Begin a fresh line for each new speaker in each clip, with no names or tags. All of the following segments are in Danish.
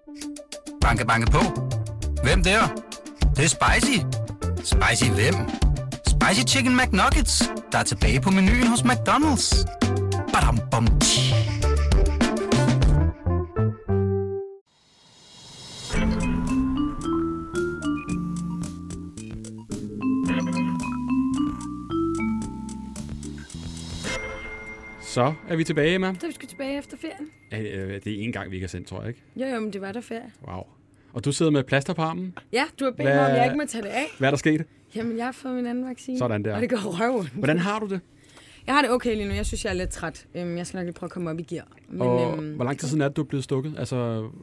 Banke, banke på. Hvem der? Det er spicy. Spicy hvem? Spicy Chicken McNuggets, der er tilbage på menuen hos McDonald's. Badum, bom,
Så er vi tilbage, Emma.
Så vi skal tilbage efter ferien.
Det er en gang, vi ikke har sendt, tror jeg, ikke?
Jo, men det var der ferie.
Wow. Og du sidder med plaster på armen?
Ja, du har bedt mig, om jeg ikke må tage det af.
Hvad er der sket?
Jamen, jeg har fået min anden vaccine.
Sådan der.
Og det går røven.
Hvordan har du det?
Jeg har det okay lige nu. Jeg synes, jeg er lidt træt. Jeg skal nok lige prøve at komme op i gear. Men,
og hvor lang tid siden er det, du er blevet stukket? Altså,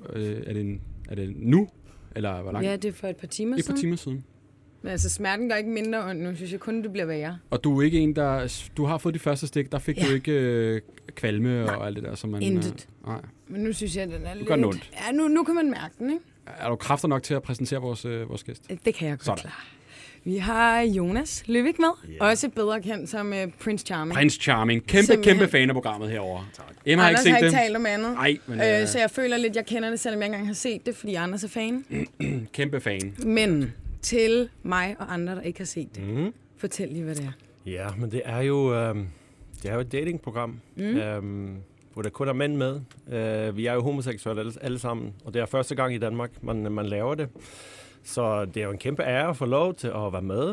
er det nu? Eller hvor lang?
Ja, det er for et par timer siden.
Et par timer siden.
Men altså, smerten gør ikke mindre ondt nu. Synes jeg kun, det bliver værre.
Og du er ikke en, der... Du har fået de første stik. Der fik du ikke kvalme og alt det der, som man...
Intet.
Nej.
Men nu synes jeg, at den er lidt...
Gør den ondt.
Ja, nu kan man mærke den, ikke?
Er du kræfter nok til at præsentere vores gæst?
Det kan jeg godt klare. Vi har Jonas Løvik med, også bedre kendt som Prince Charming.
Prince Charming. Kæmpe fan af programmet herovre. Tak. Emma har ikke set det.
Anders har ikke talt om andet.
Nej, men...
Så jeg føler lidt, jeg kender det, selvom jeg ikke engang har set det, fordi Anders er fan.
Kæmpe fan.
Men til mig og andre, der ikke har set det, fortæl lige, hvad det er.
Ja, men det er jo et datingprogram, hvor der kun er mænd med. Vi er jo homoseksuelle alle sammen, og det er første gang i Danmark, man laver det. Så det er jo en kæmpe ære at få lov til at være med,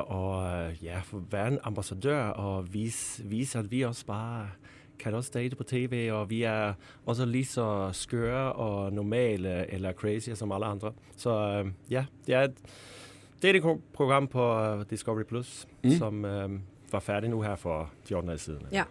og være en ambassadør og vise, at vi også bare kan også date på tv, og vi er også lige så skøre og normale eller crazy som alle andre. Så det er et datingprogram på Discovery Plus, som var færdig nu her for 14 år siden.
Ja.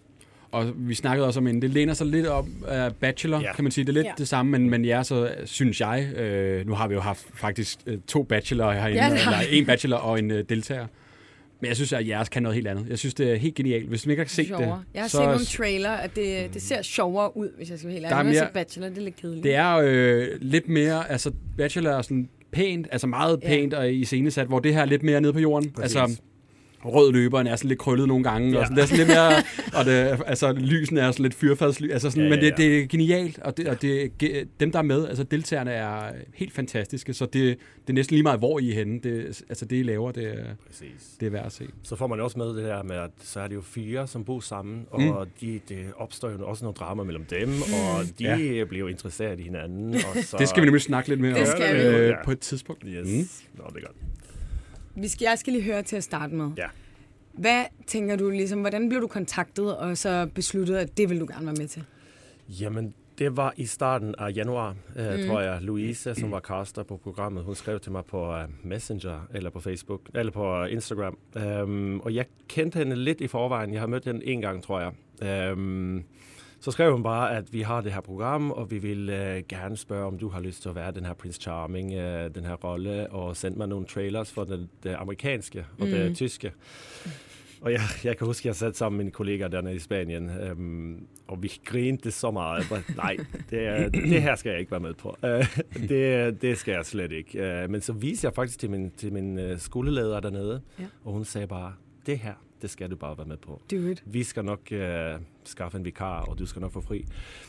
Og vi snakkede også om det læner sig lidt op af Bachelor, kan man sige. Det er lidt det samme, men jeg så synes jeg, nu har vi jo haft faktisk 2 bachelorer herinde, eller en bachelor og en deltager. Men jeg synes, at jeres kan noget helt andet. Jeg synes, det er helt genialt. Hvis man ikke har set det...
Jeg har set nogle trailer, at det ser sjovere ud, hvis jeg skal være helt ærlig. Nu har Bachelor, det er lidt kedeligt.
Det er lidt mere... Altså, Bachelor er sådan pænt, altså meget pænt og iscenesat, hvor det her er lidt mere nede på jorden.
Præcis.
Altså, rød løberen er sådan lidt krøllet nogle gange, og sådan, det er sådan lidt mere, og det, altså lysen er sådan lidt fyrfadslys, altså sådan, men det er genialt, og dem der er med, altså deltagerne er helt fantastiske, så det er næsten lige meget hvor I er henne, det I laver, det er værd at se.
Så får man også med det der med, at så er det jo 4, som bor sammen, og det opstår jo også noget drama mellem dem, og de bliver jo interesseret i hinanden. Og så...
Det skal vi nemlig snakke lidt mere om på et tidspunkt.
Yes. Nå, det er godt.
Jeg skal lige høre til at starte med. Ja. Hvad tænker du ligesom, hvordan blev du kontaktet, og så besluttet, at det vil du gerne være med til?
Jamen, det var i starten af januar, tror jeg. Louise, som var caster på programmet, hun skrev til mig på Messenger, eller på Facebook, eller på Instagram. Og jeg kendte hende lidt i forvejen. Jeg har mødt hende en gang, tror jeg. Så skrev hun bare, at vi har det her program, og vi vil gerne spørge, om du har lyst til at være den her Prince Charming, den her rolle, og sendte mig nogle trailers for det amerikanske og det tyske. Og jeg kan huske, at jeg satte sammen med mine kollegaer dernede i Spanien, og vi grinte så meget. Nej, det her skal jeg ikke være med på. Det skal jeg slet ikke. Men så viste jeg faktisk til min skoleleder dernede, og hun sagde bare, det her, det skal du bare være med på. Vi skal nok skaffe en vikar, og du skal nok få fri.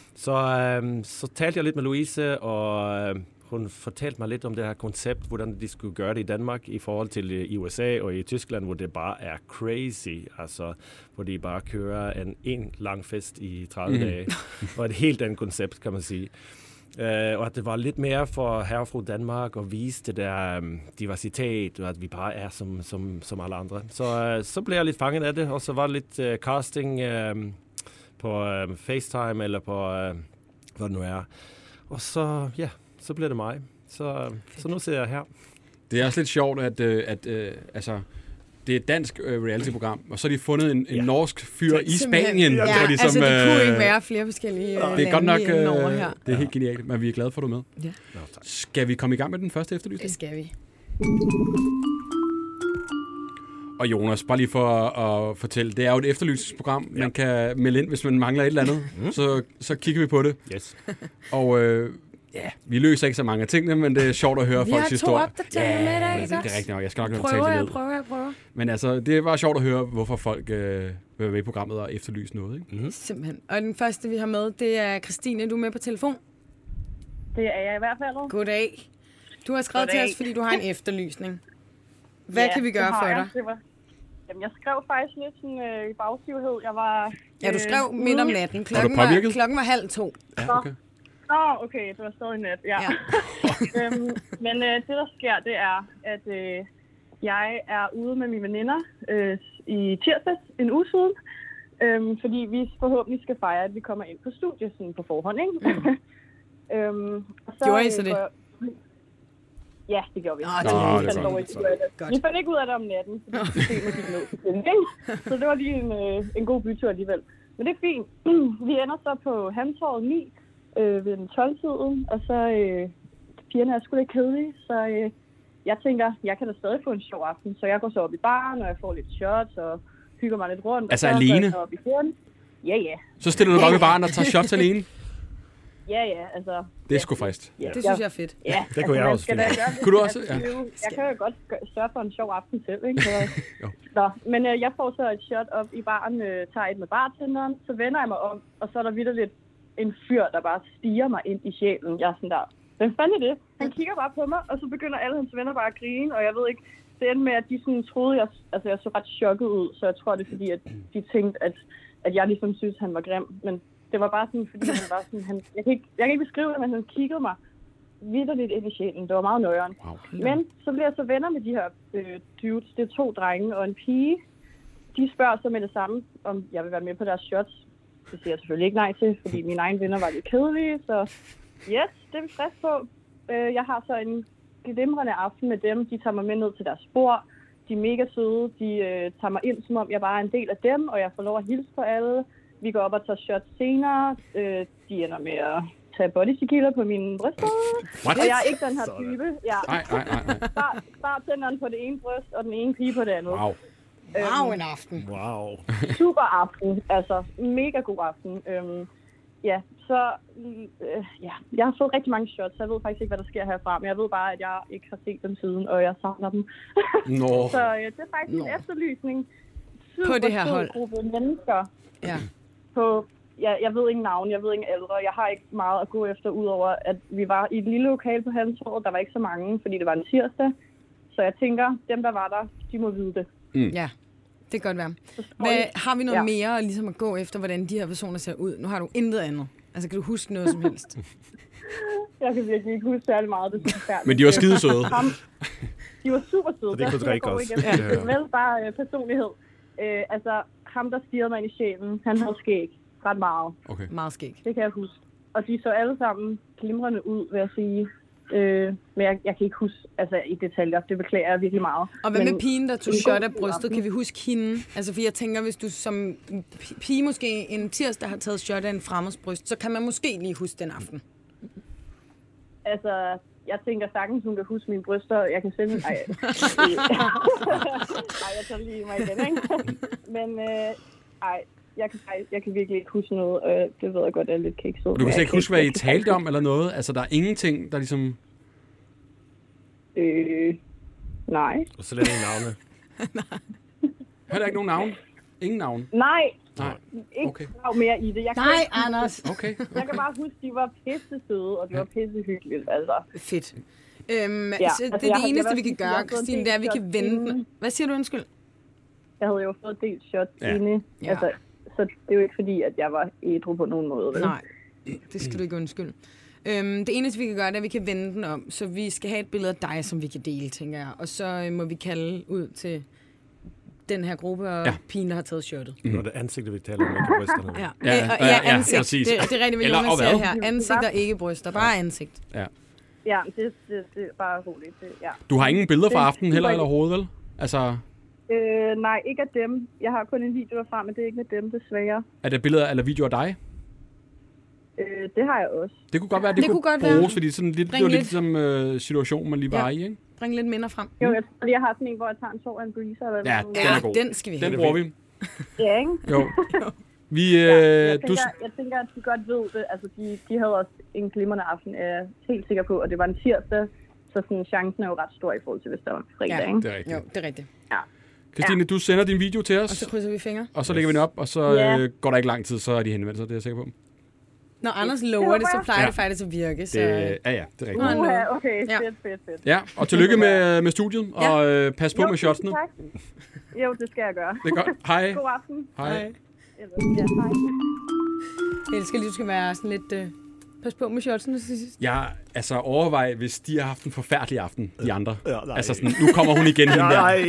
Så talte jeg lidt med Louise, og hun fortalte mig lidt om det her koncept, hvordan de skulle gøre det i Danmark i forhold til i USA og i Tyskland, hvor det bare er crazy. Altså, hvor de bare kører en lang fest i 30 dage. Og et helt andet koncept, kan man sige. Og at det var lidt mere for herre og fru Danmark at vise det der diversitet, og at vi bare er som alle andre. Så blev jeg lidt fanget af det, og så var det lidt casting på FaceTime, eller på hvad det nu er. Og så blev det mig. Så nu sidder jeg her.
Det er også lidt sjovt, at altså, det er et dansk reality-program, og så har de fundet en norsk fyr i Spanien.
Ja,
hvor de,
som, det kunne ikke være flere forskellige
det er godt nok,
her.
Det er helt genialt, men vi er glade for, at du er med.
Ja.
Skal vi komme i gang med den første efterlysning?
Det skal vi.
Og Jonas, bare lige for at fortælle, det er jo et efterlysningsprogram. Man kan melde ind, hvis man mangler et eller andet. Så kigger vi på det.
Yes.
Og vi løser ikke så mange af tingene, men det er sjovt at høre folks historie.
Vi har 2 opdateringer med dig, ikke?
Det er rigtigt nok. Jeg skal nok fortælle det ned.
Prøver.
Men altså, det var sjovt at høre, hvorfor folk vil være med i programmet og efterlyse noget, ikke?
Simpelthen. Og den første, vi har med, det er Christine. Du er med på telefon?
Det er jeg i hvert fald.
Goddag. Du har skrevet til os, fordi du har en efterlysning. Hvad kan vi gøre for dig?
Jamen, jeg skrev faktisk lidt sådan, i bagsivhed. Jeg var...
Ja, du skrev midt om natten. Klokken var 1:30.
Ja, okay.
Okay, det var stadig nat, ja. Men det, der sker, det er, at jeg er ude med mine veninder i tirsdag, en uge siden. Fordi vi forhåbentlig skal fejre, at vi kommer ind på studiet sådan på forhånd, ikke? Så,
gjorde I så det?
Ja, det gjorde vi.
Vi
fandt ikke ud af det om natten, fordi systemet gik ned. Så det var lige en god bytur alligevel. Men det er fint. Vi ender så på Hamtorvet 9 ved den 12-tiden, og så pigerne er sgu lidt kedelige, så jeg tænker, jeg kan da stadig få en sjov aften. Så jeg går så op i baren, og jeg får lidt shots og hygger mig lidt rundt.
Altså
og så
alene?
Op i fjorden. Ja.
Så stiller du bare ved baren og tager shots alene?
Ja, altså...
Det er sgu frist.
Ja. Det synes jeg er fedt.
Ja,
det kunne jeg også finde.
Kunne du også? Ja.
Jeg kan jo godt sørge for en sjov aften selv, ikke? Så, men jeg får så et shot op i baren, tager et med bartenderen, så vender jeg mig om, og så er der vitterligt en fyr, der bare stiger mig ind i sjælen. Jeg er sådan der, hvem fanden er det? Han kigger bare på mig, og så begynder alle hans venner bare at grine, og jeg ved ikke, det endte med, at de sådan troede, jeg så ret chokket ud, så jeg tror, det er fordi, at de tænkte, at jeg ligesom synes, han var grim, men det var bare sådan, fordi han var sådan, jeg kan ikke beskrive det, men han kiggede mig vitterligt ind i sjælen. Det var meget nøjeren. Wow. Men så bliver jeg så venner med de her dudes. Det er 2 drenge og en pige. De spørger så med det samme, om jeg vil være med på deres shots. Det siger jeg selvfølgelig ikke nej til, fordi mine egne venner var lidt kedelige. Så yes, det er vi frisk på. Jeg har så en glimrende aften med dem. De tager mig med ned til deres bord. De er mega søde. De tager mig ind, som om jeg bare er en del af dem, og jeg får lov at hilse på alle. Vi går op og tager shots senere. De ender med at tage body tequila på mine bryster. Og jeg er ikke den her type.
Nej.
Bartenderen på det ene bryst, og den ene pige på det andet.
Wow.
Wow, en aften.
Wow.
Super aften. Altså, mega god aften. Jeg har fået rigtig mange shots, så jeg ved faktisk ikke, hvad der sker herfra. Men jeg ved bare, at jeg ikke har set dem siden, og jeg savner dem. Så det er faktisk en efterlysning.
På det her hold.
Gruppe mennesker.
Ja.
Jeg ved ingen navn, jeg ved ingen ældre. Jeg har ikke meget at gå efter, udover at vi var i et lille lokale på Hamtorvet. Der var ikke så mange, fordi det var en tirsdag. Så jeg tænker, dem der var der, de må vide det.
Ja, det kan godt være. Har vi noget mere ligesom at gå efter, hvordan de her personer ser ud? Nu har du intet andet. Altså, kan du huske noget som helst?
Jeg kan virkelig ikke huske særlig meget. Det er
men de var skidesøde.
De var super søde.
Og det kunne drikke også.
Det er vel bare personlighed. Altså, ham der stirrede mig ind i sjælen, han havde skæg. Ret meget.
Okay.
Meget skæg.
Det kan jeg huske. Og de så alle sammen glimrende ud, vil jeg sige. Men jeg kan ikke huske i detaljer. Det beklager jeg virkelig meget.
Og hvad med pigen, der tog shot af brystet? Kan vi huske hende? Altså, for jeg tænker, hvis du som pige måske en tirsdag har taget shot af en fremmeds bryst, så kan man måske lige huske den aften.
Altså, jeg tænker sagtens, hun kan huske mine bryster. Jeg kan sende... Ej, jeg tager lige mig igen, ikke? Men, jeg kan virkelig ikke huske noget, og det ved jeg godt, at jeg er lidt kikset.
Du kan slet ikke huske, hvad I talte om, eller noget? Altså, der er ingenting, der ligesom...
Nej.
Og så lader navne.
Hør der ikke nogen navn? Ingen navn?
Nej.
Ikke
okay. Mere i det.
Anders.
Okay.
Jeg kan bare huske, de var pisse søde, og det var pisse hyggeligt, altså.
Fedt. Så det er det eneste, vi kan gøre, Christine, det er, at vi kan vente. Hvad siger du, undskyld?
Jeg havde jo fået delt shots inde. Ja. Altså, så det er jo ikke fordi, at jeg var ædru på nogen måde. Vel?
Nej, det skal du ikke undskylde. Det eneste, vi kan gøre, det er, at vi kan vende den om. Så vi skal have et billede af dig, som vi kan dele, tænker jeg. Og så må vi kalde ud til den her gruppe, og pigen, der har taget shirtet.
Og det ansigter, vi taler om, ikke brysterne.
Ja, ansigt. Det er rigtigt, hvad Jonas siger her. Ansigter, ikke bryster. Bare ansigt.
Ja, det er bare roligt.
Du har ingen billeder fra aftenen heller, eller overhovedet, vel? Altså...
Nej, ikke af dem. Jeg har kun en video derfra, men det er ikke med dem, desværre.
Er det billeder eller videoer af dig?
Det har jeg også.
Det kunne godt være, det kunne bruges, fordi sådan lidt, det var lidt som situationen, man lige var i, ikke?
Bring lidt minder frem.
Jo, jeg har sådan en, hvor jeg tager en tår af en breezer. Eller
den er god.
Den skal vi have.
Den bruger vi.
Ja, ikke?
Jo.
Jeg tænker, at de godt ved det. Altså, de havde også en glimrende aften, er jeg helt sikker på, og det var en tirsdag, så sådan, chancen er jo ret stor i forhold til, hvis der var fredag, ikke?
Det er rigtigt.
Jo, det er rigtigt.
Ja.
Christine, du sender din video til os.
Og så krydser vi fingre.
Og så lægger vi den op, og så går der ikke lang tid, så er de henvendt sig, det er jeg sikker på.
Når Anders lover det, så plejer det faktisk at virke. Så...
Ja, det er rigtigt.
Okay,
Ja.
fedt.
Ja, og tillykke med studiet, og pas på med shotsene.
Tak. Jo, det skal jeg gøre.
Det er godt. Hej.
God aften.
Hej.
Ja, hej.
Jeg elsker lige, du skal være sådan lidt... Pas på med shotsene til sidst.
Ja, altså overvej, hvis de har haft en forfærdelig aften, de andre.
Ja,
altså sådan, nu kommer hun igen, hende der.
Nej.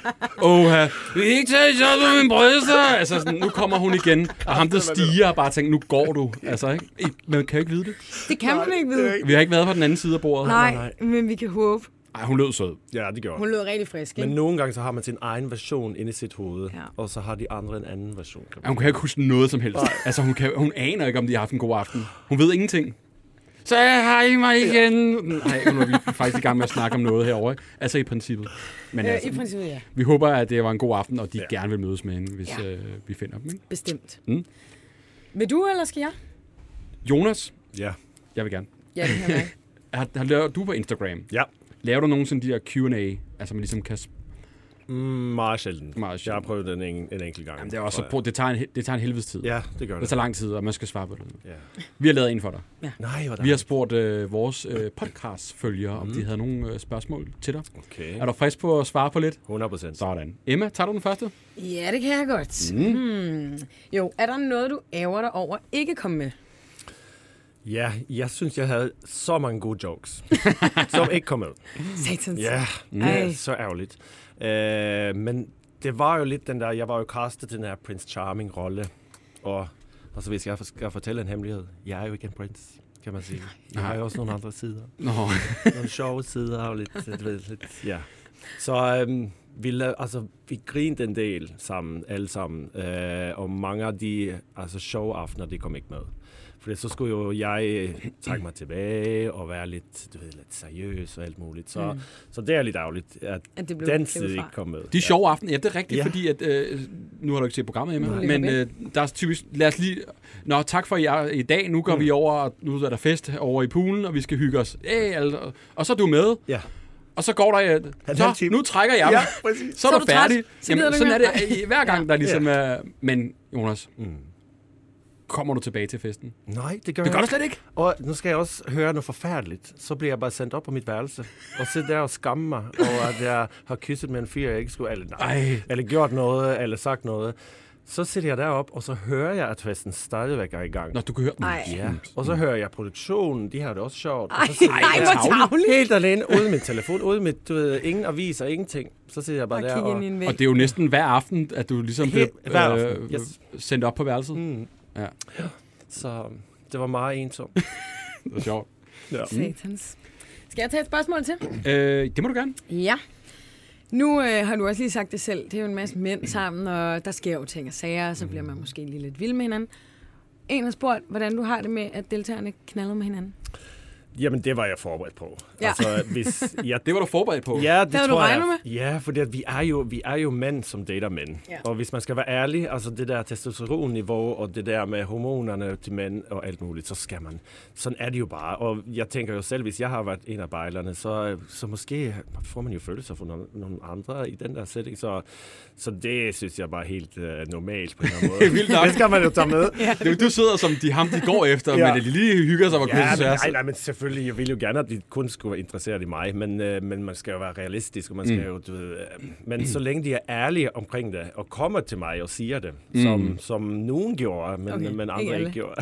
Vi kan ikke tage shots med mine bryster. Altså sådan, nu kommer hun igen. Og ham der stiger og bare tænker, nu går du. Altså, ikke? Man kan jo ikke vide det.
Det kan man ikke vide.
Vi har ikke været på den anden side af bordet.
Nej, men vi kan håbe.
Ej, hun lød sød.
Ja, det gjorde
Hun lød rigtig frisk, ikke?
Men nogle gange så har man sin egen version inde i sit hoved,
Ja.
og så har de andre en anden version.
Ja, hun kan ikke huske noget som helst. Altså, hun aner ikke, om de har haft en god aften. Hun ved ingenting. Så har I mig igen. Nej, nu er vi faktisk i gang med at snakke om noget herovre. Altså i princippet. Men altså,
I princippet, ja.
vi håber, at det var en god aften, og de gerne vil mødes med hende, hvis vi finder dem. Ikke?
Bestemt.
Mm.
Vil du, eller skal jeg?
Jonas,
Ja.
jeg vil gerne.
Ja, det kan jeg.
Laver du på Instagram?
Ja.
Laver du nogensinde de der Q&A? Altså man ligesom kan...
Meget sjældent.
Meget sjældent.
Jeg har prøvet den en enkelt gang.
Jamen, det er også det tager en helvedes tid.
Ja, det gør
Det
det.
tager lang tid, og man skal svare på det.
Ja.
Vi har lavet en for dig.
Nej, hvordan?
Vi har spurgt vores podcast-følgere, om de havde nogle spørgsmål til dig.
Okay.
Er du frisk på at svare på lidt?
100%.
Sådan. Emma, tager du den første?
Ja, det kan jeg godt. Jo, er der noget, du ærger dig over ikke kom med?
Ja, jeg synes, jeg havde så mange gode jokes, som ikke kom med.
Satans.
Ja,
Ej.
så ærgerligt. Men det var jo lidt den der, jeg var jo castet til den her Prince Charming-rolle, og så hvis jeg skal fortælle en hemmelighed, jeg er jo ikke en prins, kan man sige. Jeg har jo også nogle andre sider.
Nå.
Nogle sjove sider og lidt, ja. Så vi grinede en del sammen, alle sammen, og mange af de sjove aftener, det kom ikke med. For så skulle jo jeg trække mig tilbage og være lidt, lidt seriøs og alt muligt. Så det er lidt ærgerligt, at den side ikke kom med.
De sjove aften, ja, det er rigtigt, fordi at, nu har du ikke set programmet, Emma, men der er typisk, lad os lige, tak for jer i dag, nu går vi over, og nu er der fest over i poolen, og vi skal hygge os, og så er du med.
Ja.
Og så går der så nu trækker jeg mig.
Ja, præcis.
Så er du færdig. Jamen, sådan er det hver gang, der ligesom er... Men, Jonas, kommer du tilbage til festen?
Nej, det gør
jeg. Det gør du slet ikke?
Og nu skal jeg også høre noget forfærdeligt. Så bliver jeg bare sendt op på mit værelse og sidder der og skammer mig over, at jeg har kysset med en fyr, jeg ikke skulle... Eller gjort noget, eller sagt noget. Så sidder jeg derop, og så hører jeg, at festen stadigvæk er i gang.
Nå, du kan høre den.
Ja. Og så hører jeg produktionen, de har det også sjovt.
Ej, hvor tavligt.
Helt alene, uden min telefon, uden mit, ingen aviser, ingenting. Så sidder jeg bare der
og
det er jo næsten hver aften, at du ligesom bliver sendt op på værelset.
Mm.
Ja.
Så det var meget ensomt.
Det var sjovt.
Ja. Satans. Skal jeg tage et spørgsmål til?
Det må du gerne.
Ja. Nu har du også lige sagt det selv. Det er jo en masse mænd sammen, og der sker jo ting og sager, og så bliver man måske lige lidt vild med hinanden. En har spurgt, hvordan du har det med, at deltagerne knalder med hinanden.
Jamen, det var jeg forberedt på.
Ja.
Altså,
det var du forberedt på?
Ja, det
havde
tror
du regnet
jeg.
med?
Ja, fordi at vi er jo mænd, som dater mænd. Ja. Og hvis man skal være ærlig, altså det der testosteronniveau og det der med hormonerne til mænd og alt muligt, så skal man. Sådan er det jo bare. Og jeg tænker jo selv, hvis jeg har været en af bejlerne, så måske får man jo følelser for nogle andre i den der setting. Så det synes jeg bare helt normalt på en eller anden måde.
Vildt nok.
Det skal man jo tage med.
Ja. Du sidder som de går efter, men de lige hygger sig, hvor
nej, men selvfølgelig, jeg vil jo gerne, at de kun skulle være interesseret i mig, men man skal jo være realistisk, og man skal jo, men så længe de er ærlige omkring det, og kommer til mig og siger det, som nogen gjorde, men andre ikke gjorde,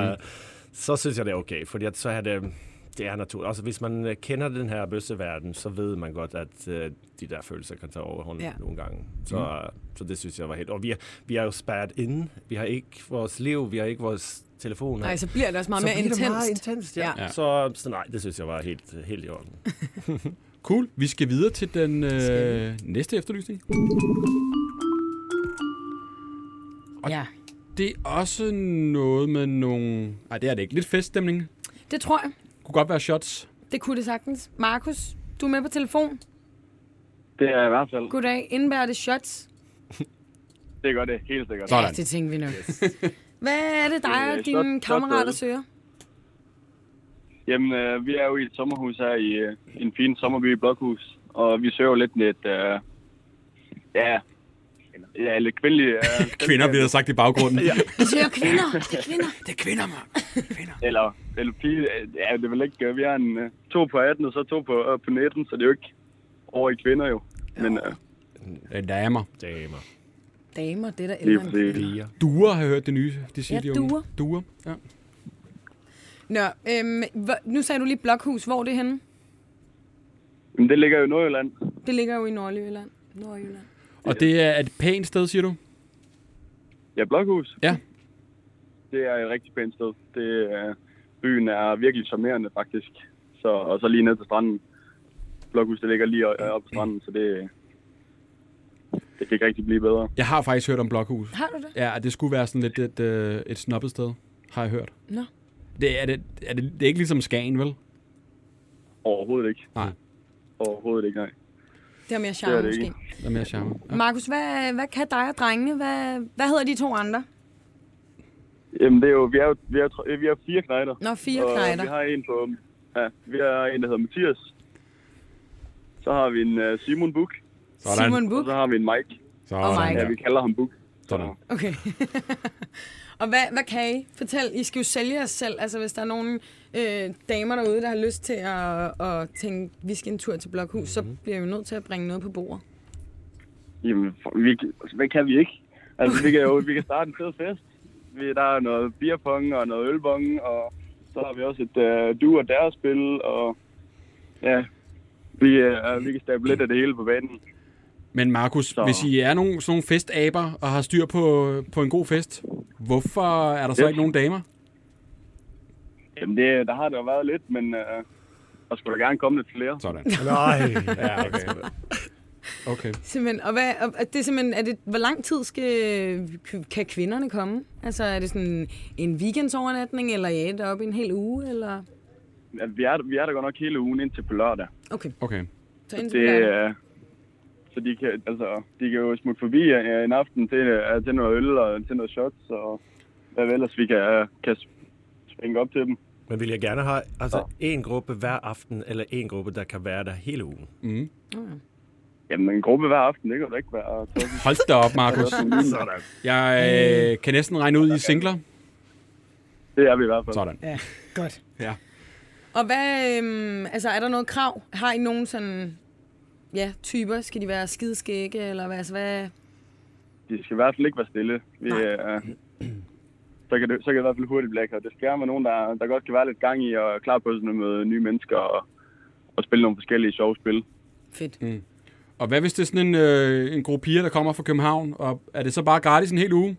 så synes jeg, det er okay, fordi at så er det er naturligt. Altså, hvis man kender den her bøsseverden, så ved man godt, at de der følelser kan tage overhånd nogle gange. Så det synes jeg var helt... Og vi er jo spærret inde. Vi har ikke vores liv, vi har ikke vores telefoner.
Nej, så bliver det også meget mere intenst.
Meget intenst, ja. Så nej, det synes jeg var helt i orden.
Cool. Vi skal videre til den næste efterlysning. Og det er også noget med nogle... Nej, det er det ikke. Lidt feststemning.
Det tror jeg.
Kunne godt være shots.
Det kunne det sagtens. Markus, du er med på telefon.
Det er i hvert fald.
Goddag. Indebærer det shots?
Det gør det helt sikkert.
Ja, det tænker vi nok. Hvad er det dig og dine kammerater søger?
Jamen, vi er jo i et sommerhus her i en fin sommerby i Blokhus. Og vi søger jo lidt en Ja, eller kvindelige...
Kvinder bliver der sagt i baggrunden.
Vi siger kvinder. Det er kvinder.
Det er kvinder, mand. Kvinder.
Eller pige. Ja, det er vel ikke... Vi har 2 på 18, og så 2 på 19, så det er jo ikke over i kvinder jo. Men...
Damer.
Damer, det der ældre end kvinder.
Duer har jeg hørt det nye. De siger,
Ja,
de unge.
duer.
Ja.
Nå, nu sagde du lige Blokhus. Hvor er det henne?
Men det ligger jo i Nordjylland.
Det ligger jo i Nordjylland.
Og det er et pænt sted, siger du?
Ja, Blokhus.
Ja.
Det er et rigtig pænt sted. Byen er virkelig charmerende, faktisk. Og så lige ned til stranden. Blokhus, det ligger lige oppe på stranden, så det kan ikke rigtig blive bedre.
Jeg har faktisk hørt om Blokhus.
Har du det?
Ja, det skulle være sådan lidt et snobbet sted, har jeg hørt.
Nå.
Det er ikke ligesom Skagen, vel?
Overhovedet ikke.
Nej.
Overhovedet ikke, nej.
Det er mere charme, måske.
Det er mere charme. Ja.
Markus, hvad kan dig og drengene? Hvad hedder de 2 andre?
Jamen, det er jo, vi er 4 knejder.
Nå, 4 knejder.
Vi har en på... Ja, vi har en, der hedder Mathias. Så har vi en Simon Buk.
Simon Buk.
Og så har vi en Mike.
Og Mike.
Ja, vi kalder ham Buk.
Sådan.
Okay. Og hvad kan I? Fortæl, I skal jo sælge jer selv. Altså, hvis der er nogle damer derude, der har lyst til at tænke, vi skal en tur til Blokhus, så bliver vi nødt til at bringe noget på bordet.
Jamen, hvad kan vi ikke? Altså, vi kan starte en fed fest. Der er noget beerpong og noget ølbong, og så har vi også et du og deres spil, og ja, vi kan stable lidt af det hele på banen. Men
Markus, hvis I er sådan nogle festaber og har styr på en god fest, hvorfor er der så ikke nogen damer?
Jamen, der har det jo været lidt, men der skulle da gerne komme lidt flere.
Sådan.
Nej.
Ja, okay.
Simpelthen. Og det er simpelthen, hvor lang tid kan kvinderne komme? Altså, er det sådan en weekendsovernatning, eller er I deroppe en hel uge, eller?
Ja, vi er der godt nok hele ugen indtil på lørdag.
Okay. Så indtil på lørdag.
Så de kan jo smutte forbi en aften til noget øl og til noget shots, og hvad ellers vi kan springe op til dem.
Men vil jeg gerne have en gruppe hver aften, eller en gruppe, der kan være der hele ugen?
Mm.
Jamen, en gruppe hver aften, det kan jo da ikke være...
Hold da op, Markus. Jeg kan næsten regne ud i singler.
Det er vi i hvert fald.
Sådan.
Ja, godt.
Ja.
Og hvad, er der noget krav? Har I nogen sådan, typer? Skal de være skideskægge, eller hvad?
De skal i hvert fald ikke være stille. Så kan det i hvert fald hurtigt blive lækkert. Det skal være nogen, der godt kan være lidt gang i, og klar på sådan med nye mennesker, og spille nogle forskellige sjove spil.
Fedt.
Mm. Og hvad hvis det er sådan en gruppe piger, der kommer fra København, og er det så bare gratis en hel uge?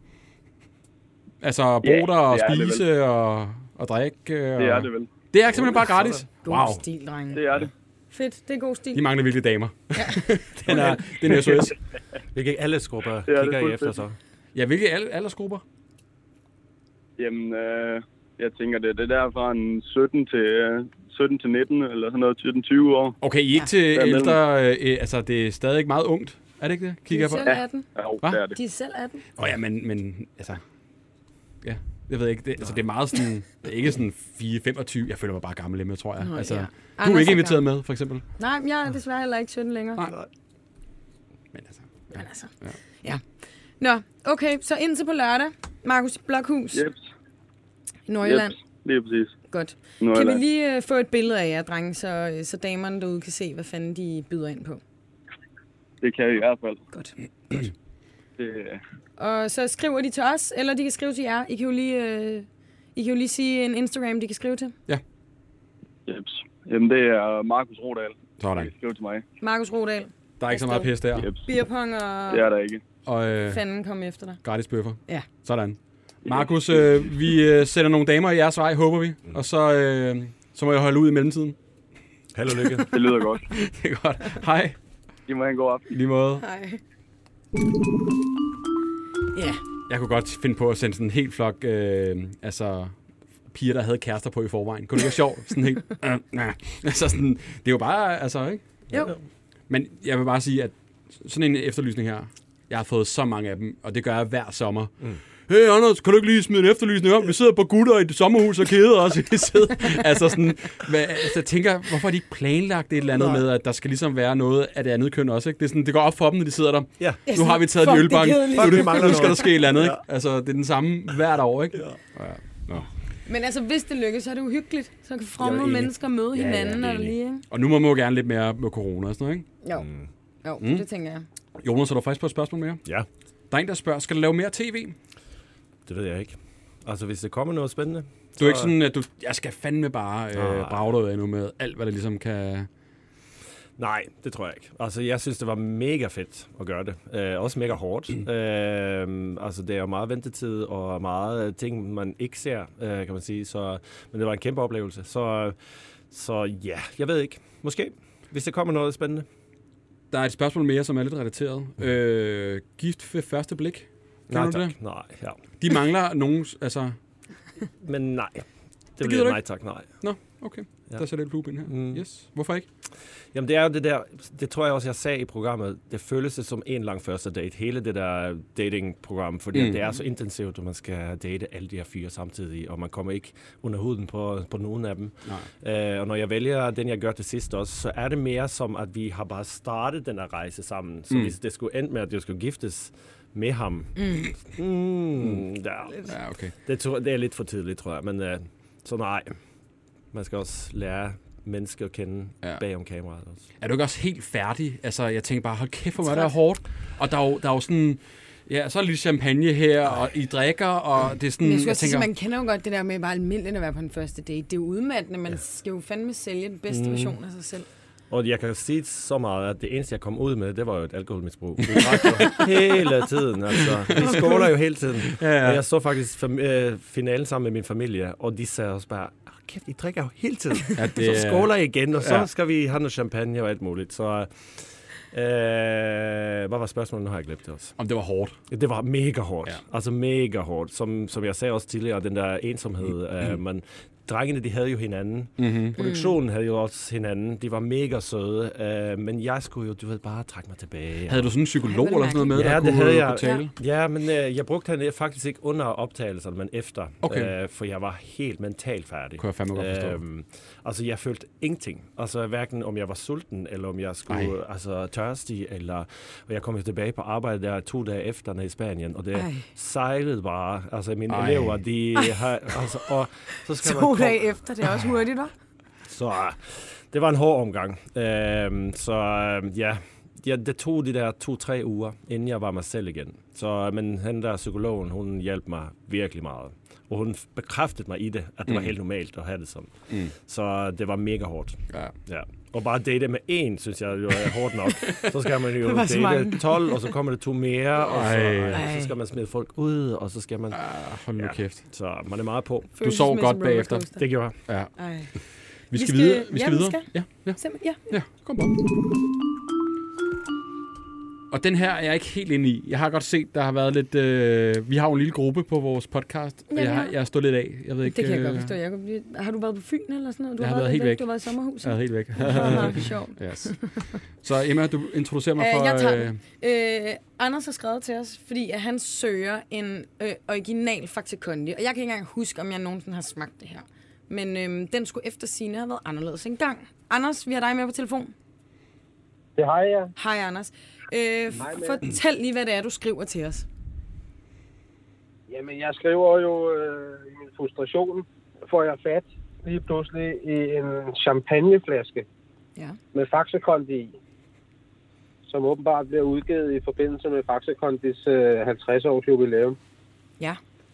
Altså bo der og spise og drikke?
Det er det vel.
Det er simpelthen bare gratis?
God stil, drenge.
Det er det.
Fedt, det er god stil.
De mangler virkelig damer. Ja. den er SOS.
Hvilke aldersgrupper kigger I efter så? Ja,
hvilke aldersgrupper?
Jamen, jeg tænker, det er der fra en 17 til 19, eller sådan noget, 17-20 år.
Okay, I er ikke til ældre, altså det er stadig meget ungt, er det ikke det?
Kigger de er selv 18.
Ja, det er det.
De er selv 18.
Ja, men altså, ja, jeg ved ikke, det er meget sådan, det er ikke sådan 4-25, jeg føler mig bare gammel hjemme, tror jeg.
Nå,
altså,
ja.
Du er ikke inviteret med, for eksempel?
Nej, men jeg er desværre heller ikke 17 længere.
Nej. Men altså.
Ja. Nå, okay, så indtil på lørdag, Markus, Blokhus.
Yep.
I Nordjylland.
Yep, lige præcis.
Godt.
Nordjylland.
Kan vi lige få et billede af jer, drenge, så damerne derude kan se, hvad fanden de byder ind på?
Det kan vi i hvert fald.
Godt.
Og
så skriver de til os, eller de kan skrive til jer. I kan jo lige sige en Instagram, de kan skrive til.
Ja.
Jeps. Jamen, det er Markus Rodal.
Sådan.
De kan skrive til mig.
Markus Rodal.
Der er ikke så meget pis der.
Jeps.
Beerpong og...
Det er der ikke.
Og
fanden komme efter dig.
Gratis bøffer.
Ja.
Sådan. Markus, vi sender nogle damer i jeres vej, håber vi. Og så må jeg holde ud i mellemtiden.
Held og lykke.
Det lyder godt.
Det er godt. Hej.
I må have en god aften.
I lige måde.
Hej. Ja.
Jeg kunne godt finde på at sende sådan en helt flok, piger, der havde kærester på i forvejen. Kunne det være sjovt? Sådan helt, altså sådan, det er jo bare, altså, ikke?
Jo.
Men jeg vil bare sige, at sådan en efterlysning her, jeg har fået så mange af dem, og det gør jeg hver sommer. hey Anders, kan du ikke lige smide en efterlysning om? Vi sidder på gutter i et sommerhus og keder os i sædet. Altså sådan, jeg tænker, hvorfor har de ikke planlagt et eller andet med, at der skal ligesom være noget af det andet køn også, ikke? Det er sådan, det går op for dem, når de sidder der. Ja. Nu har vi taget en ølbank, nu skal der ske et eller andet, ikke? Altså, det er den samme hvert år, ikke? Ja.
Men altså, hvis det lykkes, så er det uhyggeligt. Så kan fremmede mennesker møde hinanden. Ja, lige, ikke?
Og nu må man jo gerne lidt mere med corona og sådan noget,
ikke? Jo, det tænker jeg.
Jonas, er du faktisk på et spørgsmål mere?
Ja.
Der er en, der spørger, skal du lave mere tv?
Det ved jeg ikke. Altså, hvis det kommer noget spændende...
Du er ikke sådan, at jeg skal fandme bare brage dig ud af nu med alt, hvad der ligesom kan...
Nej, det tror jeg ikke. Altså, jeg synes, det var mega fedt at gøre det. Også mega hårdt. Altså, det er jo meget ventetid og meget ting, man ikke ser, kan man sige. Men det var en kæmpe oplevelse. Så ja, jeg ved ikke. Måske, hvis det kommer noget spændende.
Der er et spørgsmål mere, som er lidt relateret. Gift ved første blik?
Nej, tak. Det? Nej, ja.
De mangler nogen, altså...
Men nej. Det bliver nej tak, nej.
Nå, okay. Ja. Der sætter et loop ind her. Yes. Hvorfor ikke?
Jamen, det er jo det der... Det tror jeg også, jeg sagde i programmet. Det føles som en lang første date. Hele det der dating-program. Fordi det er så intensivt, at man skal date alle de her 4 samtidig. Og man kommer ikke under huden på nogen af dem. Og når jeg vælger den, jeg gør til sidst også, så er det mere som, at vi har bare startet den her rejse sammen. Så hvis det skulle ende med, at det skulle giftes med ham...
Ja, okay.
Det er lidt for tidligt, tror jeg. Men så nej... Man skal også lære mennesker at kende bag om kameraet også.
Er du ikke også helt færdig? Altså, jeg tænker bare, hold kæft, hvor det er hårdt. Og der er jo sådan... Ja, så er lidt champagne her, og I drikker, og det er sådan...
Men jeg tænker, man kender jo godt det der med bare almindeligt at være på en første date. Det er jo udmattende. Man skal jo fandme sælge den bedste version af sig selv.
Og jeg kan sige så meget, at det eneste, jeg kom ud med, det var jo et alkoholmisbrug. Vi drak jo hele tiden, altså. Vi skåler jo hele tiden. Ja. Og jeg så faktisk finalen sammen med min familie, og de sagde også bare, kæft, I drikker jo hele tiden. Ja, så skåler I igen, og så skal vi have noget champagne og alt muligt. Så hvad var spørgsmålet? Nu har jeg glemt det også.
Om det var hårdt?
Det var mega hårdt. Ja. Altså mega hårdt. Som jeg sagde også tidligere, den der ensomhed. Drengene, de havde jo hinanden. Produktionen havde jo også hinanden. De var mega søde. Men jeg skulle jo, du ved, bare trække mig tilbage.
Havde du sådan en psykolog eller sådan noget med,
der kunne tale? Ja, men jeg brugte han faktisk ikke under optagelserne, men efter. Okay. For jeg var helt mentalt færdig.
Kunne jeg fandme godt forstå.
Altså, jeg følte ingenting. Altså, hverken om jeg var sulten, eller om jeg skulle tørstig, eller... Og jeg kom jo tilbage på arbejde der 2 dage efter nede i Spanien, og det sejlede bare. Altså, mine elever, de har... Altså, og så skal
2 dage efter, det er også hurtigt, hva'?
Så det var en hård omgang. Det tog de der 2-3 uger, inden jeg var mig selv igen. Men han der psykologen, hun hjalp mig virkelig meget. Og hun bekræftede mig i det, at det var helt normalt at have det sådan. Så det var mega hårdt. Ja. Og bare date med 1, synes jeg jo er hårdt nok. Så skal man jo date 12, og så kommer det 2 mere, og så skal man smide folk ud, og så skal man...
Hold nu kæft.
Så man er meget på.
Du sov godt bagefter.
Det gjorde jeg.
Ja. Vi skal videre. Ja, kom på. Og den her er jeg ikke helt inde i. Jeg har godt set, der har været lidt... vi har jo en lille gruppe på vores podcast, og jeg har stået lidt af. Jeg ved ikke,
det kan jeg godt forstå. Har du været på Fyn eller sådan noget?
Jeg har været helt væk.
Du har været i sommerhuset?
Jeg har været helt væk.
Det var meget sjovt.
Yes. Så Emma, du introducerer mig for...
Jeg tager Anders har skrevet til os, fordi at han søger en original Faxe Kondi. Og jeg kan ikke engang huske, om jeg nogensinde har smagt det her. Men den skulle efter sigende have været anderledes engang. Anders, vi har dig med på telefon.
Det har jeg.
Hej, Anders. Fortæl lige, hvad det er, du skriver til os.
Jamen, jeg skriver jo i min frustration, får jeg fat lige pludselig i en champagneflaske med Faxe Kondi i, som åbenbart bliver udgivet i forbindelse med Faxe Kondis 50-års jubilæum.
Ja.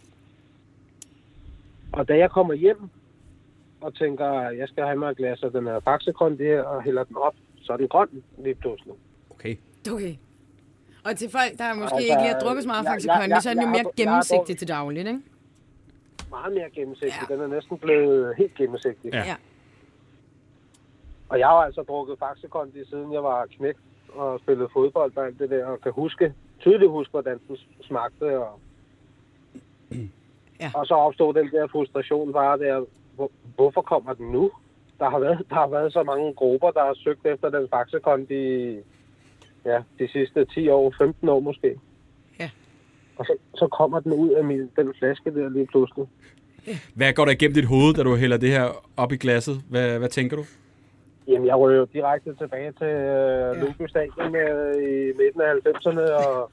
Og da jeg kommer hjem og tænker, at jeg skal have mig et glas af den her Faxe Kondi her og hælder den op, så er den grøn lige pludselig.
Okay.
Og til folk, der måske ikke har drukket så meget Faxe Kondi, så er den jo mere gennemsigtig til dagligt, ikke?
Meget mere gennemsigtig. Ja. Den er næsten blevet helt gennemsigtig.
Ja.
Og jeg har altså drukket Faxe Kondi, siden jeg var knægt og spillede fodbold og alt det der, og kan tydeligt huske, hvordan den smagte. Og så opstod den der frustration bare der, hvorfor kommer den nu? Der har været så mange grupper, der har søgt efter den Faxe Kondi de sidste 10 år, 15 år måske.
Ja.
Og så kommer den ud af den flaske der lige pludselig.
Hvad går der igennem dit hoved, da du hælder det her op i glasset? Hvad tænker du?
Jamen, jeg rører jo direkte tilbage til Lyngby Stadion i midten af 90'erne, og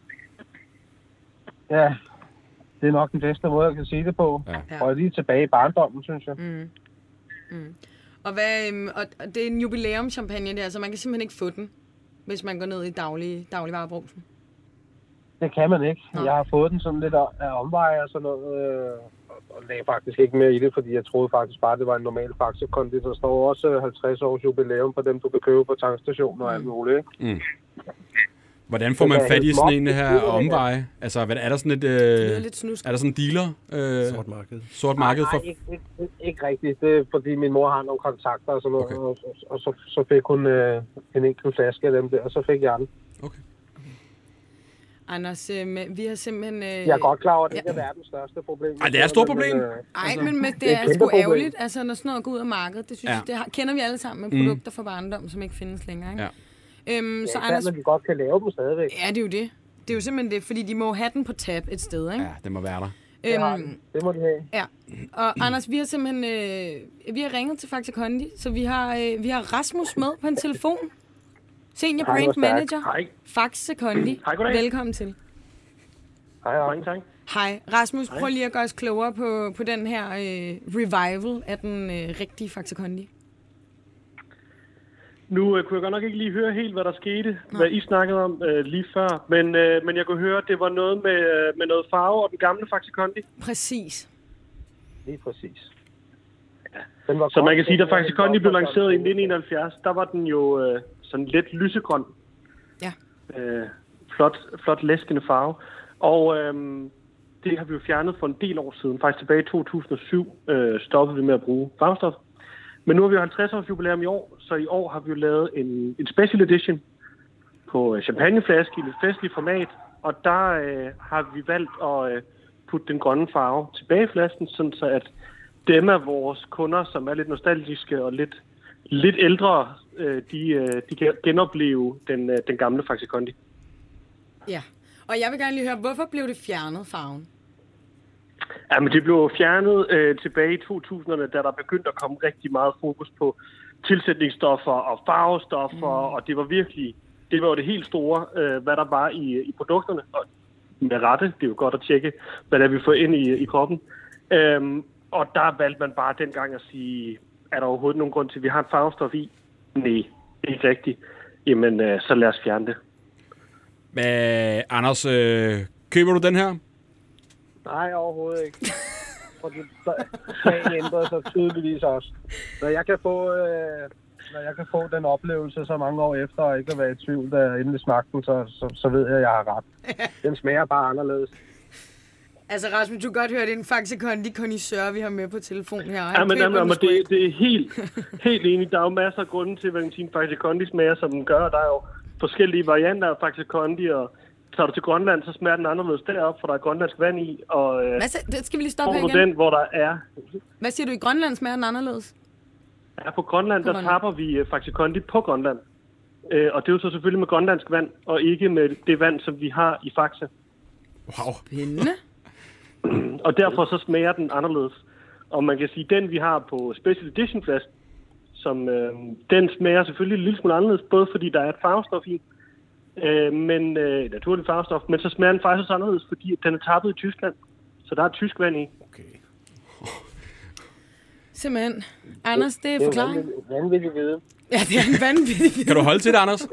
ja, det er nok den bedste måde, jeg kan sige det på. Ja. Og lige tilbage i barndommen, synes jeg.
Og det er en jubilæumschampagne der, så man kan simpelthen ikke få den, hvis man går ned i dagligvarebrugsen.
Det kan man ikke. Nå. Jeg har fået den sådan lidt af omveje og sådan noget, og lagde faktisk ikke mere i det, fordi jeg troede faktisk bare, det var en normal Faxe Kondi. Der står også 50 års jubilæum på dem, du kan købe på tankstationen og alt muligt, ikke? Mm.
Hvordan får man fat i sådan en her omveje? Altså, er der sådan et... er der sådan en dealer?
Sort marked.
Sort marked for...
Nej, ikke rigtigt. Det er, fordi min mor har nogle kontakter og sådan noget, okay. og så fik hun en enkelt flaske af dem der, og så fik jeg den.
Okay.
Anders, vi har simpelthen...
Jeg er godt klar over, at det ikke er verdens største problem.
Nej, det er et stort problem.
Men det er sgu ærgerligt, altså når sådan noget går ud af markedet. Det synes jeg, det kender vi alle sammen med produkter fra barndom, som ikke findes længere, ikke?
Ja. Så Anders, at vi godt kan lave dem stadigvæk.
Ja, det er jo det. Det er jo simpelthen det, fordi de må have den på tab et sted, ikke?
Ja, det må være der.
Det må de have.
Ja. Og Anders, vi har simpelthen vi har ringet til Faxe Kondi, så vi har Rasmus med på en telefon. Senior Brand Manager.
Hej.
Faxe Kondi.
Hej, goddag.
Velkommen til.
Hej.
Hej. Rasmus, prøv lige at gøre os klogere på den her revival af den rigtige Faxe Kondi.
Nu kunne jeg godt nok ikke lige høre helt, hvad der skete, hvad I snakkede om lige før, men jeg kunne høre, at det var noget med noget farve og den gamle Faxe Kondi.
Præcis.
Lige præcis.
Ja. Så man kan sige, at da Faxe Kondi blev lanceret i 1971, der var den jo sådan lidt lysegrøn.
Ja.
Flot læskende farve. Og det har vi jo fjernet for en del år siden. Faktisk tilbage i 2007 stoppede vi med at bruge farvestof. Men nu har vi jo 50 års jubilæum i år, så i år har vi jo lavet en special edition på champagneflaske i et festligt format. Og der har vi valgt at putte den grønne farve tilbage i flasken, sådan så at dem af vores kunder, som er lidt nostalgiske og lidt ældre, de kan genopleve den gamle Faxe Kondi.
Ja, og jeg vil gerne lige høre, hvorfor blev det fjernet, farven?
Jamen, det blev fjernet tilbage i 2000'erne, da der begyndte at komme rigtig meget fokus på tilsætningsstoffer og farvestoffer, og det var jo det helt store, hvad der var i produkterne. Og med rette, det er jo godt at tjekke, hvad der vi får ind i kroppen. Og der valgte man bare dengang at sige, er der overhovedet nogen grund til, at vi har et farvestof i? Nej, ikke rigtigt. Jamen, så lad os fjerne det.
Anders, køber du den her?
Nej, overhovedet ikke. Fordi sagen ændrer sig tydeligvis også. Når jeg kan få den oplevelse så mange år efter, og ikke at være i tvivl, da jeg endelig smagte den, så ved jeg, at jeg har ret. Den smager bare anderledes.
Altså Rasmus, du kan godt høre, det er en Faxe Kondi connoisseur, vi har med på telefon her.
Ja, men det er helt enig. Der er jo masser af grunde til, hvad en Faxe Kondi smager, som den gør. Der er jo forskellige varianter af Faxe Kondi, og tager du til Grønland, så smager den anderledes deroppe, for der er grønlandsk vand i. Og
det skal vi lige stoppe her igen.
Den, hvor der er...
Hvad siger du, i Grønland smager den anderledes?
Ja, på Grønland, der tapper vi Faxe Kondi på Grønland. Og det er jo så selvfølgelig med grønlandsk vand, og ikke med det vand, som vi har i Faxe.
Wow.
Spændende.
Og derfor så smager den anderledes. Og man kan sige, den vi har på Special Edition flaske, som den smager selvfølgelig en lille smule anderledes, både fordi der er et farvestof i, men naturligt farvestof, men så smager den faktisk også anderledes, fordi den er tappet i Tyskland. Så der er tysk vand i.
Okay.
Simpelthen. Anders, det er forklaring.
Det er en vanvittig vide.
Ja, det er en vanvittig vide.
Kan du holde til det, Anders?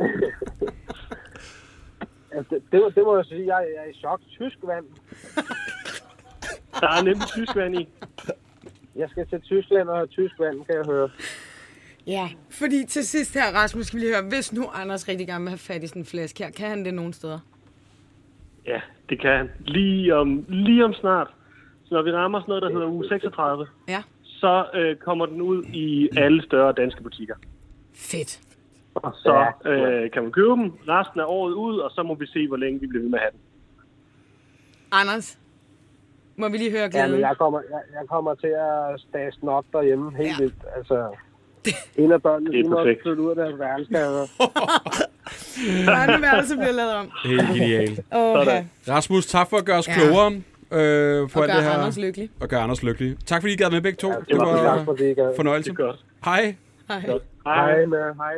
Det må jeg sige. Jeg er i chok. Tysk vand.
Der er nemlig tysk vand i.
Jeg skal til Tyskland og have tysk vand, kan jeg høre.
Ja, fordi til sidst her, Rasmus, skal vi lige høre, hvis nu Anders rigtig gerne vil have fat i sådan en flaske her, kan han det nogen steder?
Ja, det kan han. Lige om snart. Så når vi rammer sådan noget, der hedder uge 36, så kommer den ud i alle større danske butikker.
Fedt.
Og så kan man købe dem resten af året ud, og så må vi se, hvor længe vi bliver ved med at have den.
Anders, må vi lige høre glæden?
Ja, men jeg kommer til at stasse den op derhjemme helt vildt. Altså, en af børnene, de må flytte ud af deres værelseskader.
Børneværelse bliver lavet om.
Helt genialt.
Okay.
Rasmus, tak for at gøre os klogere. For
og
gøre
Anders lykkelig.
Og gøre Anders lykkelig. Tak fordi I gad med begge to.
Ja, det var
fornøjelse. Hej.
Hej.
Hej.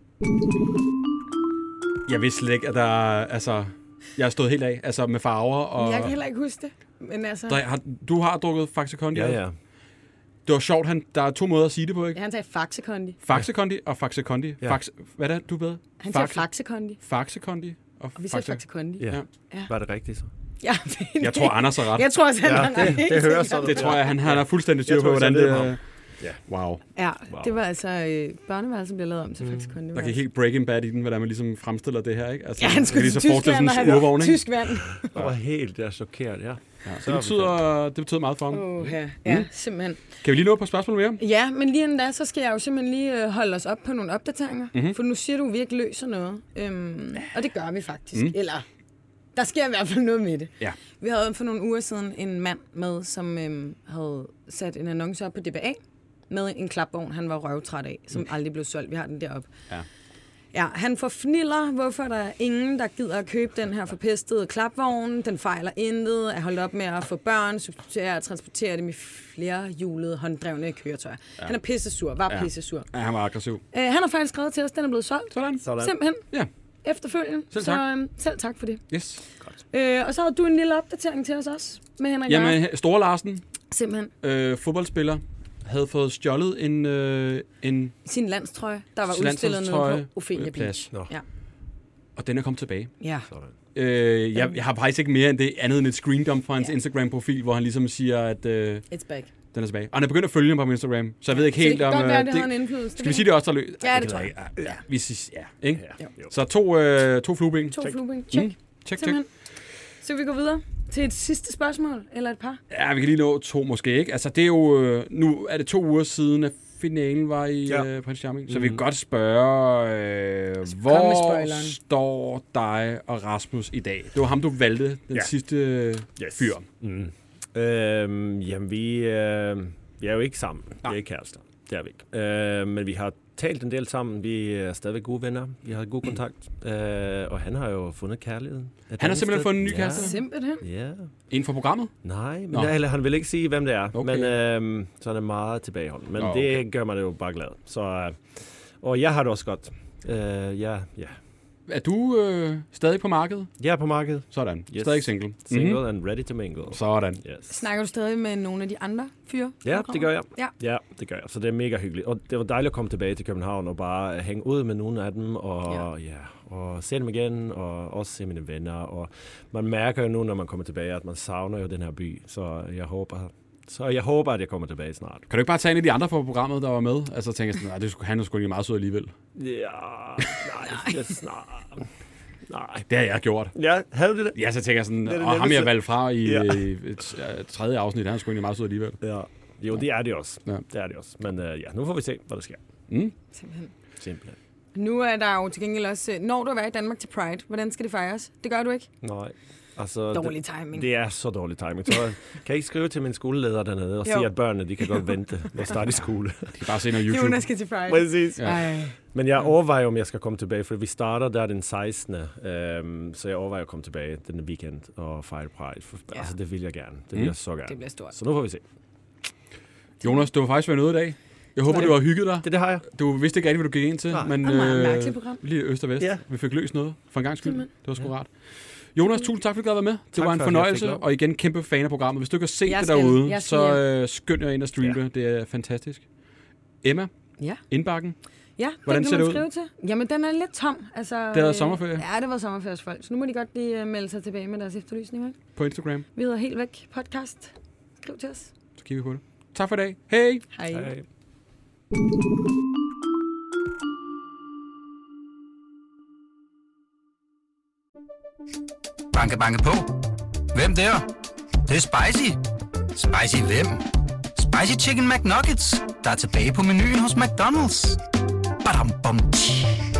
Jeg vidste slet ikke, at der... Altså, jeg har stået helt af. Altså med farver og...
Jeg kan heller ikke huske det. Men altså...
Du har drukket Faxe Kondi?
Ja.
Det var sjovt. Der er 2 måder at sige det på, ikke?
Ja, han sagde Faxe Kondi.
Faxe Kondi og Faxe Kondi.
Ja.
Hvad er det, du ved?
Han sagde Faxe Kondi.
Faxe Kondi.
Og vi sagde Faxe Kondi.
Ja. Var det rigtigt så?
Ja,
jeg tror, Anders er ret.
Jeg tror også, han har ret.
Det hører sådan.
Det tror jeg, han har fuldstændig styr på, hvordan det...
Ja.
Wow.
Ja, det var altså børneværelsen bliver lavet om til Faxe Kondi.
Der kan helt Breaking Bad i den, hvordan man ligesom fremstiller det her, ikke? Altså,
ja, han skulle til Tyskland, og han var tysk vand.
Det var helt chokeret, ja.
Det betyder meget for ham.
Ja, simpelthen.
Kan vi lige nå på spørgsmål mere?
Ja, men lige inden da, så skal jeg jo simpelthen lige holde os op på nogle opdateringer. For nu siger du, at vi ikke løser noget. Og det gør vi faktisk. Eller, der sker i hvert fald noget med det.
Ja.
Vi havde for nogle uger siden en mand med, som havde sat en annonce op på DBA med en klapvogn, han var røvtræt af, som aldrig blev solgt. Vi har den deroppe. Ja, han forfniller, hvorfor der er ingen, der gider at købe den her forpestede klapvogn. Den fejler intet, er holdt op med at få børn, substituere og transportere dem i flerhjulede, hånddrevne køretøjer. Ja. Han er pissesur, pissesur.
Ja, han var aggressiv.
Han har faktisk skrevet til os, den er blevet solgt.
Sådan.
Simpelthen.
Ja.
Efterfølgende.
Selv tak.
Så selv tak for det.
Yes.
Godt. Og så har du en lille opdatering til os også, med Henrik Larsen.
Jamen, Store Larsen.
Simpelthen.
Fodboldspiller. Havde fået stjålet en
sin landstrøje, der var udstillet nede på Ophelia Beach. Ja. Og
den er kommet tilbage.
Ja.
Jeg har faktisk ikke mere end det andet end et screendump fra hans Instagram-profil, hvor han ligesom siger, at
it's back.
Den er tilbage. Og han er begyndt at følge ham på Instagram, så jeg ved ikke helt om...
Det kan godt være, det har en indflydelse.
Skal vi sige det også, der løs?
Ja, det tror jeg.
Ja. Vi siger, ikke?
Ja.
Så to flueben.
To flueben. Check.
Check.
Så vi går videre til et sidste spørgsmål, eller et par?
Ja, vi kan lige nå 2 måske, ikke? Altså, det er jo... Nu er det 2 uger siden, at finalen var i Prince Charming. Så vi kan godt spørge, hvor står dig og Rasmus i dag? Det var ham, du valgte, den sidste fyr.
Jamen, vi er jo ikke sammen. Vi er ikke kærester. Det er vi ikke. Men vi har talt en del sammen. Vi er stadigvæk gode venner. Vi har god kontakt. Og han har jo fundet kærligheden.
Han har simpelthen fundet en ny kæreste?
Simpelthen?
Ja.
Inden for programmet?
Nej, men han vil ikke sige, hvem det er. Okay. Men så er han meget tilbageholdt. Men det gør mig det jo bare glad. Så, og jeg har det også godt. Ja.
Er du stadig på markedet?
Jeg er på markedet.
Sådan. Yes. Stadig single.
Single and ready to mingle.
Sådan.
Yes.
Snakker du stadig med nogle af de andre fyre?
Ja, det gør jeg. Ja, det gør jeg. Så det er mega hyggeligt. Og det var dejligt at komme tilbage til København og bare hænge ud med nogle af dem og og se dem igen og også se mine venner. Og man mærker jo nu, når man kommer tilbage, at man savner jo den her by. Så jeg håber, at jeg kommer tilbage snart.
Kan du ikke bare tage en af de andre fra programmet, der var med? Altså tænker jeg sådan, han er sgu ikke meget sød alligevel.
Ja, nej.
Det har jeg gjort.
Ja, havde du det?
Ja, så tænker jeg sådan, og ham jeg valgte fra i et 3. afsnit, han er sgu ikke meget sød alligevel.
Ja. Jo, det er det også. Ja. Det er det også. Men nu får vi se, hvad der sker. Simpelthen.
Nu er der jo til gengæld også, når du er i Danmark til Pride, hvordan skal det fejres? Det gør du ikke?
Nej. Altså,
dårlig timing.
Det er så dårlig timing. Så kan jeg ikke skrive til min skoleleder dernede og sige, at børnene de kan godt vente med at starte i skole.
De kan bare se noget YouTube.
Jonas skal til Pride.
Præcis. Ja. Men jeg overvejer, om jeg skal komme tilbage, for vi starter der den 16. Så jeg overvejer at komme tilbage den weekend og fejre Pride. Altså, det vil jeg gerne. Det vil jeg så gerne.
Det bliver stort.
Så nu får vi se.
Jonas, du har faktisk været ude i dag. Jeg håber, du har hygget dig.
Det har jeg.
Du vidste ikke rigtig, hvad du gik ind til.
Nej. Men mærkeligt program.
Lige øst og vest. Ja. Vi fik løst noget for en gang skyld. Det var sgu rart. Jonas, tusind tak, fordi du gad være med. Det var en fornøjelse, og igen kæmpe fan af programmet. Hvis du ikke har set det derude, så skynd jer ind og streame det. Det er fantastisk. Emma, indbakken.
Ja,
hvordan ser det ud?
Til? Jamen, den er lidt tom. Altså,
det har været sommerferie?
Ja, det var sommerferie for folk. Så nu må de godt lige melde sig tilbage med deres efterlysninger.
På Instagram?
Vi hedder Helt Væk Podcast. Skriv til os.
Så kigger vi på det. Tak for i dag. Hej!
Hej.
Banke, banke på. Hvem der? Det er spicy. Spicy hvem? Spicy Chicken McNuggets, der er tilbage på menuen hos McDonald's. Badum, bom,